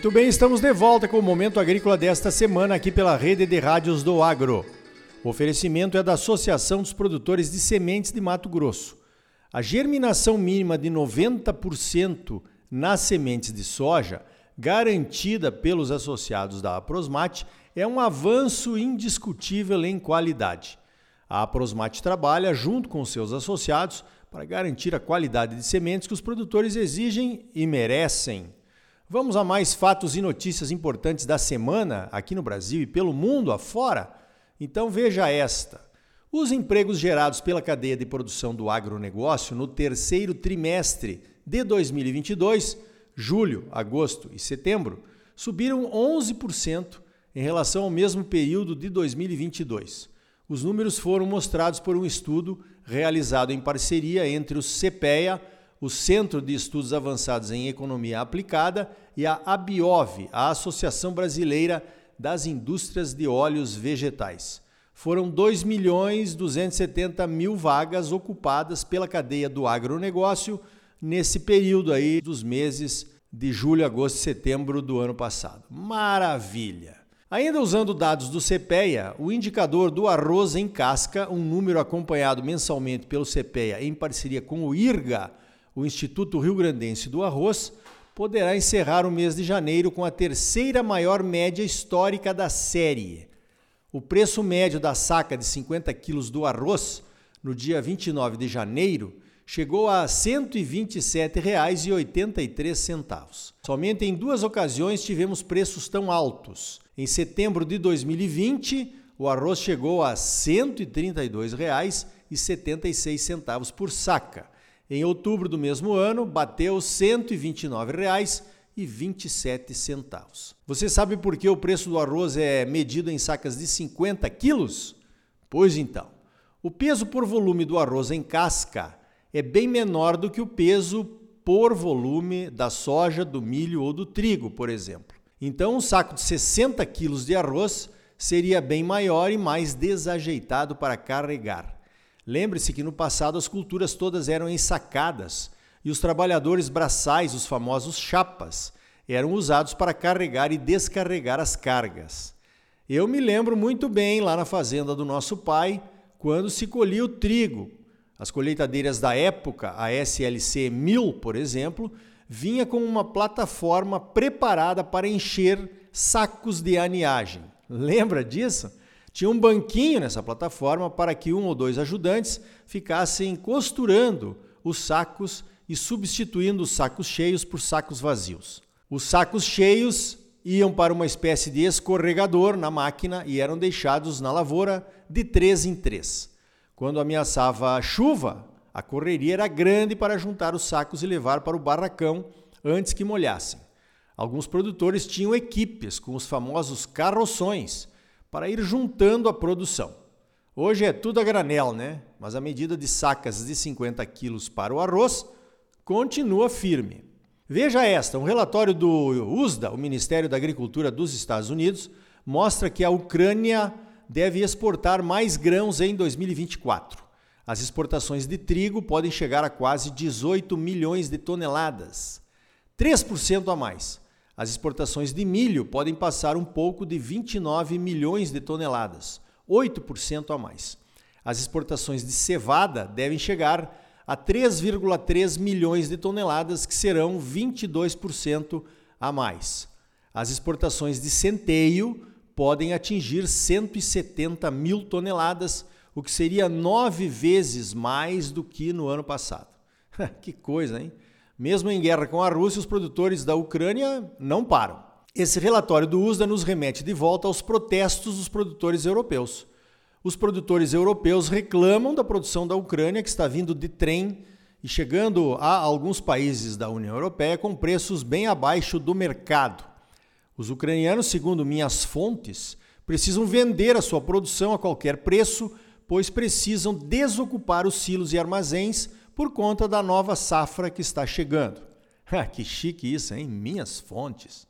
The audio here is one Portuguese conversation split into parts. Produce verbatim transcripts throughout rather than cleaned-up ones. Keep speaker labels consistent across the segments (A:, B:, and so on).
A: Muito bem, estamos de volta com o Momento Agrícola desta semana aqui pela Rede de Rádios do Agro. O oferecimento é da Associação dos Produtores de Sementes de Mato Grosso. A germinação mínima de noventa por cento nas sementes de soja, garantida pelos associados da Aprosmate, é um avanço indiscutível em qualidade. A Aprosmate trabalha junto com seus associados para garantir a qualidade de sementes que os produtores exigem e merecem. Vamos a mais fatos e notícias importantes da semana aqui no Brasil e pelo mundo afora? Então veja esta. Os empregos gerados pela cadeia de produção do agronegócio no terceiro trimestre de dois mil e vinte e dois, julho, agosto e setembro, subiram onze por cento em relação ao mesmo período de dois mil e vinte e dois. Os números foram mostrados por um estudo realizado em parceria entre o CEPEA, o Centro de Estudos Avançados em Economia Aplicada, e a ABIOV, a Associação Brasileira das Indústrias de Óleos Vegetais. Foram dois milhões duzentos e setenta mil vagas ocupadas pela cadeia do agronegócio nesse período aí dos meses de julho, agosto e setembro do ano passado. Maravilha! Ainda usando dados do CEPEA, o indicador do arroz em casca, um número acompanhado mensalmente pelo CEPEA em parceria com o IRGA, o Instituto Rio Grandense do Arroz, poderá encerrar o mês de janeiro com a terceira maior média histórica da série. O preço médio da saca de cinquenta quilos do arroz, no dia vinte e nove de janeiro, chegou a cento e vinte e sete reais e oitenta e três centavos. Somente em duas ocasiões tivemos preços tão altos. Em setembro de dois mil e vinte, o arroz chegou a cento e trinta e dois reais e setenta e seis centavos por saca. Em outubro do mesmo ano, bateu cento e vinte e nove reais e vinte e sete centavos. Você sabe por que o preço do arroz é medido em sacas de cinquenta quilos? Pois então, o peso por volume do arroz em casca é bem menor do que o peso por volume da soja, do milho ou do trigo, por exemplo. Então, um saco de sessenta quilos de arroz seria bem maior e mais desajeitado para carregar. Lembre-se que no passado as culturas todas eram ensacadas e os trabalhadores braçais, os famosos chapas, eram usados para carregar e descarregar as cargas. Eu me lembro muito bem lá na fazenda do nosso pai, quando se colhia o trigo. As colheitadeiras da época, a S L C mil, por exemplo, vinha com uma plataforma preparada para encher sacos de aniagem. Lembra disso? Tinha um banquinho nessa plataforma para que um ou dois ajudantes ficassem costurando os sacos e substituindo os sacos cheios por sacos vazios. Os sacos cheios iam para uma espécie de escorregador na máquina e eram deixados na lavoura de três em três. Quando ameaçava a chuva, a correria era grande para juntar os sacos e levar para o barracão antes que molhassem. Alguns produtores tinham equipes com os famosos carroções para ir juntando a produção. Hoje é tudo a granel, né? Mas a medida de sacas de cinquenta quilos para o arroz continua firme. Veja esta, um relatório do U S D A, o Ministério da Agricultura dos Estados Unidos, mostra que a Ucrânia deve exportar mais grãos em dois mil e vinte e quatro. As exportações de trigo podem chegar a quase dezoito milhões de toneladas, três por cento a mais. As exportações de milho podem passar um pouco de vinte e nove milhões de toneladas, oito por cento a mais. As exportações de cevada devem chegar a três vírgula três milhões de toneladas, que serão vinte e dois por cento a mais. As exportações de centeio podem atingir cento e setenta mil toneladas, o que seria nove vezes mais do que no ano passado. Que coisa, hein? Mesmo em guerra com a Rússia, os produtores da Ucrânia não param. Esse relatório do U S D A nos remete de volta aos protestos dos produtores europeus. Os produtores europeus reclamam da produção da Ucrânia, que está vindo de trem e chegando a alguns países da União Europeia com preços bem abaixo do mercado. Os ucranianos, segundo minhas fontes, precisam vender a sua produção a qualquer preço, pois precisam desocupar os silos e armazéns por conta da nova safra que está chegando. Que chique isso, hein? Minhas fontes.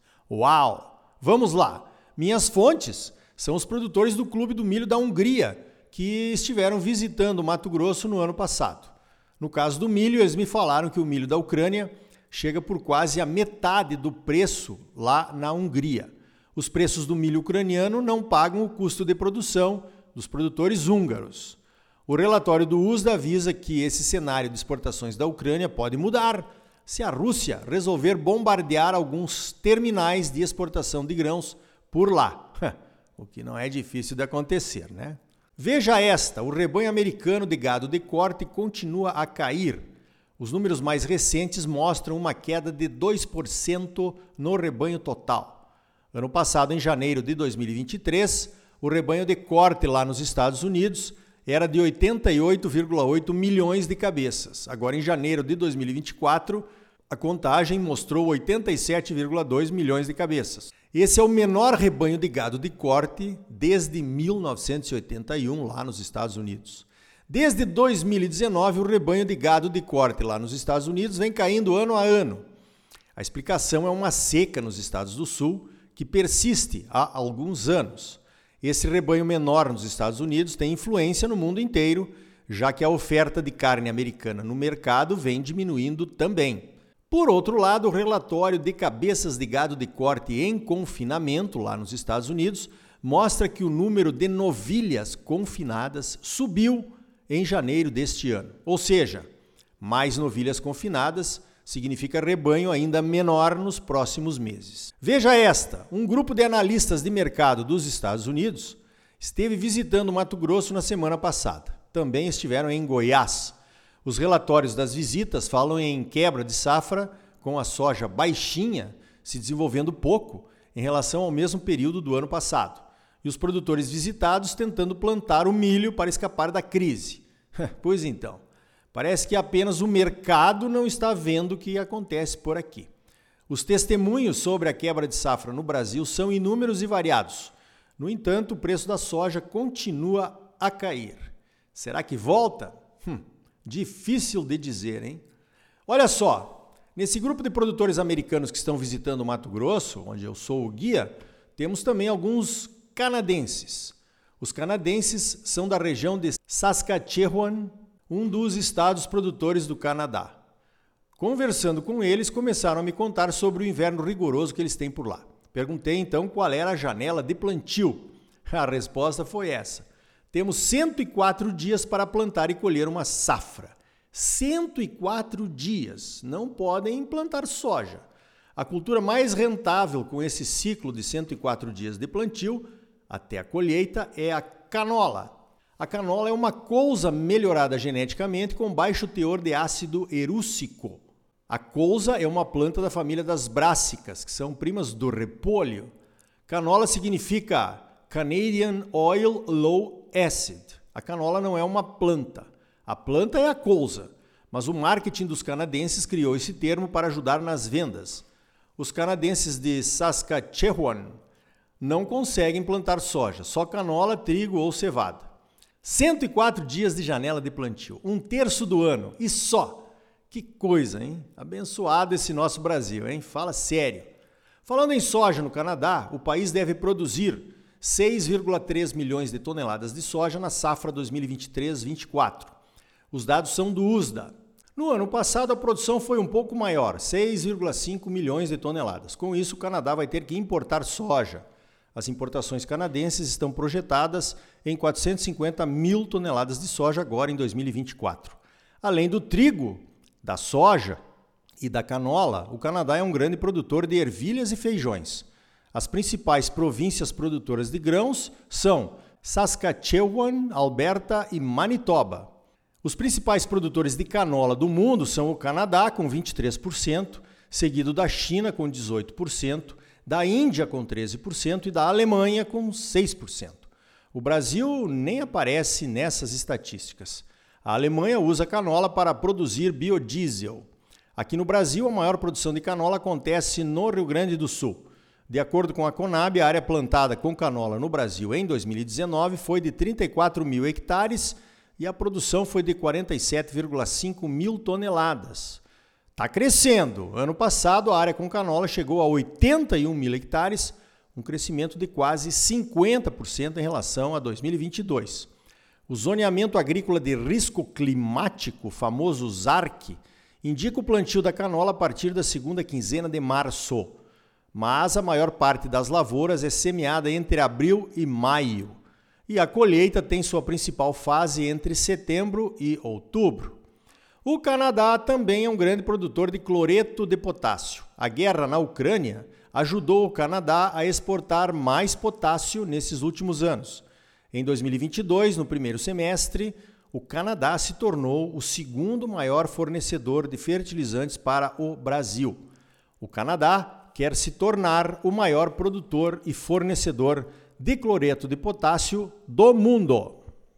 A: Uau! Vamos lá. Minhas fontes são os produtores do Clube do Milho da Hungria, que estiveram visitando Mato Grosso no ano passado. No caso do milho, eles me falaram que o milho da Ucrânia chega por quase a metade do preço lá na Hungria. Os preços do milho ucraniano não pagam o custo de produção dos produtores húngaros. O relatório do U S D A avisa que esse cenário de exportações da Ucrânia pode mudar se a Rússia resolver bombardear alguns terminais de exportação de grãos por lá. O que não é difícil de acontecer, né? Veja esta, o rebanho americano de gado de corte continua a cair. Os números mais recentes mostram uma queda de dois por cento no rebanho total. Ano passado, em janeiro de dois mil e vinte e três, o rebanho de corte lá nos Estados Unidos era de oitenta e oito vírgula oito milhões de cabeças. Agora, em janeiro de dois mil e vinte e quatro, a contagem mostrou oitenta e sete vírgula dois milhões de cabeças. Esse é o menor rebanho de gado de corte desde mil novecentos e oitenta e um, lá nos Estados Unidos. Desde dois mil e dezenove, o rebanho de gado de corte lá nos Estados Unidos vem caindo ano a ano. A explicação é uma seca nos Estados do Sul, que persiste há alguns anos. Esse rebanho menor nos Estados Unidos tem influência no mundo inteiro, já que a oferta de carne americana no mercado vem diminuindo também. Por outro lado, o relatório de cabeças de gado de corte em confinamento lá nos Estados Unidos mostra que o número de novilhas confinadas subiu em janeiro deste ano. Ou seja, mais novilhas confinadas significa rebanho ainda menor nos próximos meses. Veja esta, um grupo de analistas de mercado dos Estados Unidos esteve visitando Mato Grosso na semana passada. Também estiveram em Goiás. Os relatórios das visitas falam em quebra de safra, com a soja baixinha se desenvolvendo pouco em relação ao mesmo período do ano passado, e os produtores visitados tentando plantar o milho para escapar da crise. Pois então, parece que apenas o mercado não está vendo o que acontece por aqui. Os testemunhos sobre a quebra de safra no Brasil são inúmeros e variados. No entanto, o preço da soja continua a cair. Será que volta? Hum. Difícil de dizer, hein? Olha só, nesse grupo de produtores americanos que estão visitando o Mato Grosso, onde eu sou o guia, temos também alguns canadenses. Os canadenses são da região de Saskatchewan, um dos estados produtores do Canadá. Conversando com eles, começaram a me contar sobre o inverno rigoroso que eles têm por lá. Perguntei então qual era a janela de plantio. A resposta foi essa. Temos cento e quatro dias para plantar e colher uma safra. cento e quatro dias. Não podem plantar soja. A cultura mais rentável com esse ciclo de cento e quatro dias de plantio até a colheita é a canola. A canola é uma couza melhorada geneticamente com baixo teor de ácido erúcico. A couza é uma planta da família das brássicas, que são primas do repolho. Canola significa Canadian Oil Low Acid. A canola não é uma planta. A planta é a couza, mas o marketing dos canadenses criou esse termo para ajudar nas vendas. Os canadenses de Saskatchewan não conseguem plantar soja, só canola, trigo ou cevada. cento e quatro dias de janela de plantio, um terço do ano, e só. Que coisa, hein? Abençoado esse nosso Brasil, hein? Fala sério. Falando em soja no Canadá, o país deve produzir seis vírgula três milhões de toneladas de soja na safra dois mil e vinte e três vinte e quatro. Os dados são do U S D A. No ano passado, a produção foi um pouco maior, seis vírgula cinco milhões de toneladas. Com isso, o Canadá vai ter que importar soja. As importações canadenses estão projetadas em quatrocentos e cinquenta mil toneladas de soja agora em dois mil e vinte e quatro. Além do trigo, da soja e da canola, o Canadá é um grande produtor de ervilhas e feijões. As principais províncias produtoras de grãos são Saskatchewan, Alberta e Manitoba. Os principais produtores de canola do mundo são o Canadá, com vinte e três por cento, seguido da China, com dezoito por cento, da Índia, com treze por cento e da Alemanha, com seis por cento. O Brasil nem aparece nessas estatísticas. A Alemanha usa canola para produzir biodiesel. Aqui no Brasil, a maior produção de canola acontece no Rio Grande do Sul. De acordo com a Conab, a área plantada com canola no Brasil em dois mil e dezenove foi de trinta e quatro mil hectares e a produção foi de quarenta e sete vírgula cinco mil toneladas. Está crescendo. Ano passado, a área com canola chegou a oitenta e um mil hectares, um crescimento de quase cinquenta por cento em relação a dois mil e vinte e dois. O zoneamento agrícola de risco climático, famoso Z A R C, indica o plantio da canola a partir da segunda quinzena de março, mas a maior parte das lavouras é semeada entre abril e maio, e a colheita tem sua principal fase entre setembro e outubro. O Canadá também é um grande produtor de cloreto de potássio. A guerra na Ucrânia ajudou o Canadá a exportar mais potássio nesses últimos anos. Em dois mil e vinte e dois, no primeiro semestre, o Canadá se tornou o segundo maior fornecedor de fertilizantes para o Brasil. O Canadá quer se tornar o maior produtor e fornecedor de cloreto de potássio do mundo.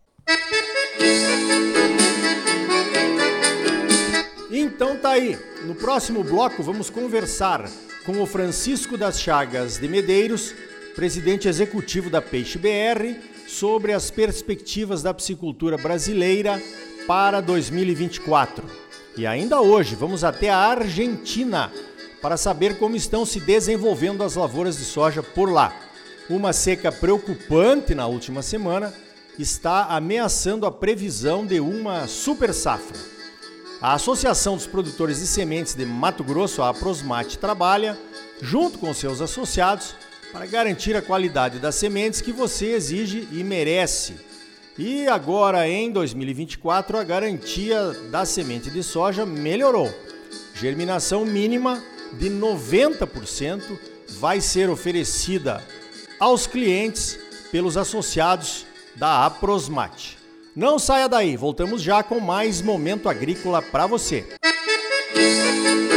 A: Então tá aí, no próximo bloco vamos conversar com o Francisco das Chagas de Medeiros, presidente executivo da Peixe B R, sobre as perspectivas da piscicultura brasileira para dois mil e vinte e quatro. E ainda hoje vamos até a Argentina para saber como estão se desenvolvendo as lavouras de soja por lá. Uma seca preocupante na última semana está ameaçando a previsão de uma super safra. A Associação dos Produtores de Sementes de Mato Grosso, a Aprosmate, trabalha, junto com seus associados, para garantir a qualidade das sementes que você exige e merece. E agora, em dois mil e vinte e quatro, a garantia da semente de soja melhorou. Germinação mínima de noventa por cento vai ser oferecida aos clientes pelos associados da Aprosmate. Não saia daí, voltamos já com mais Momento Agrícola para você.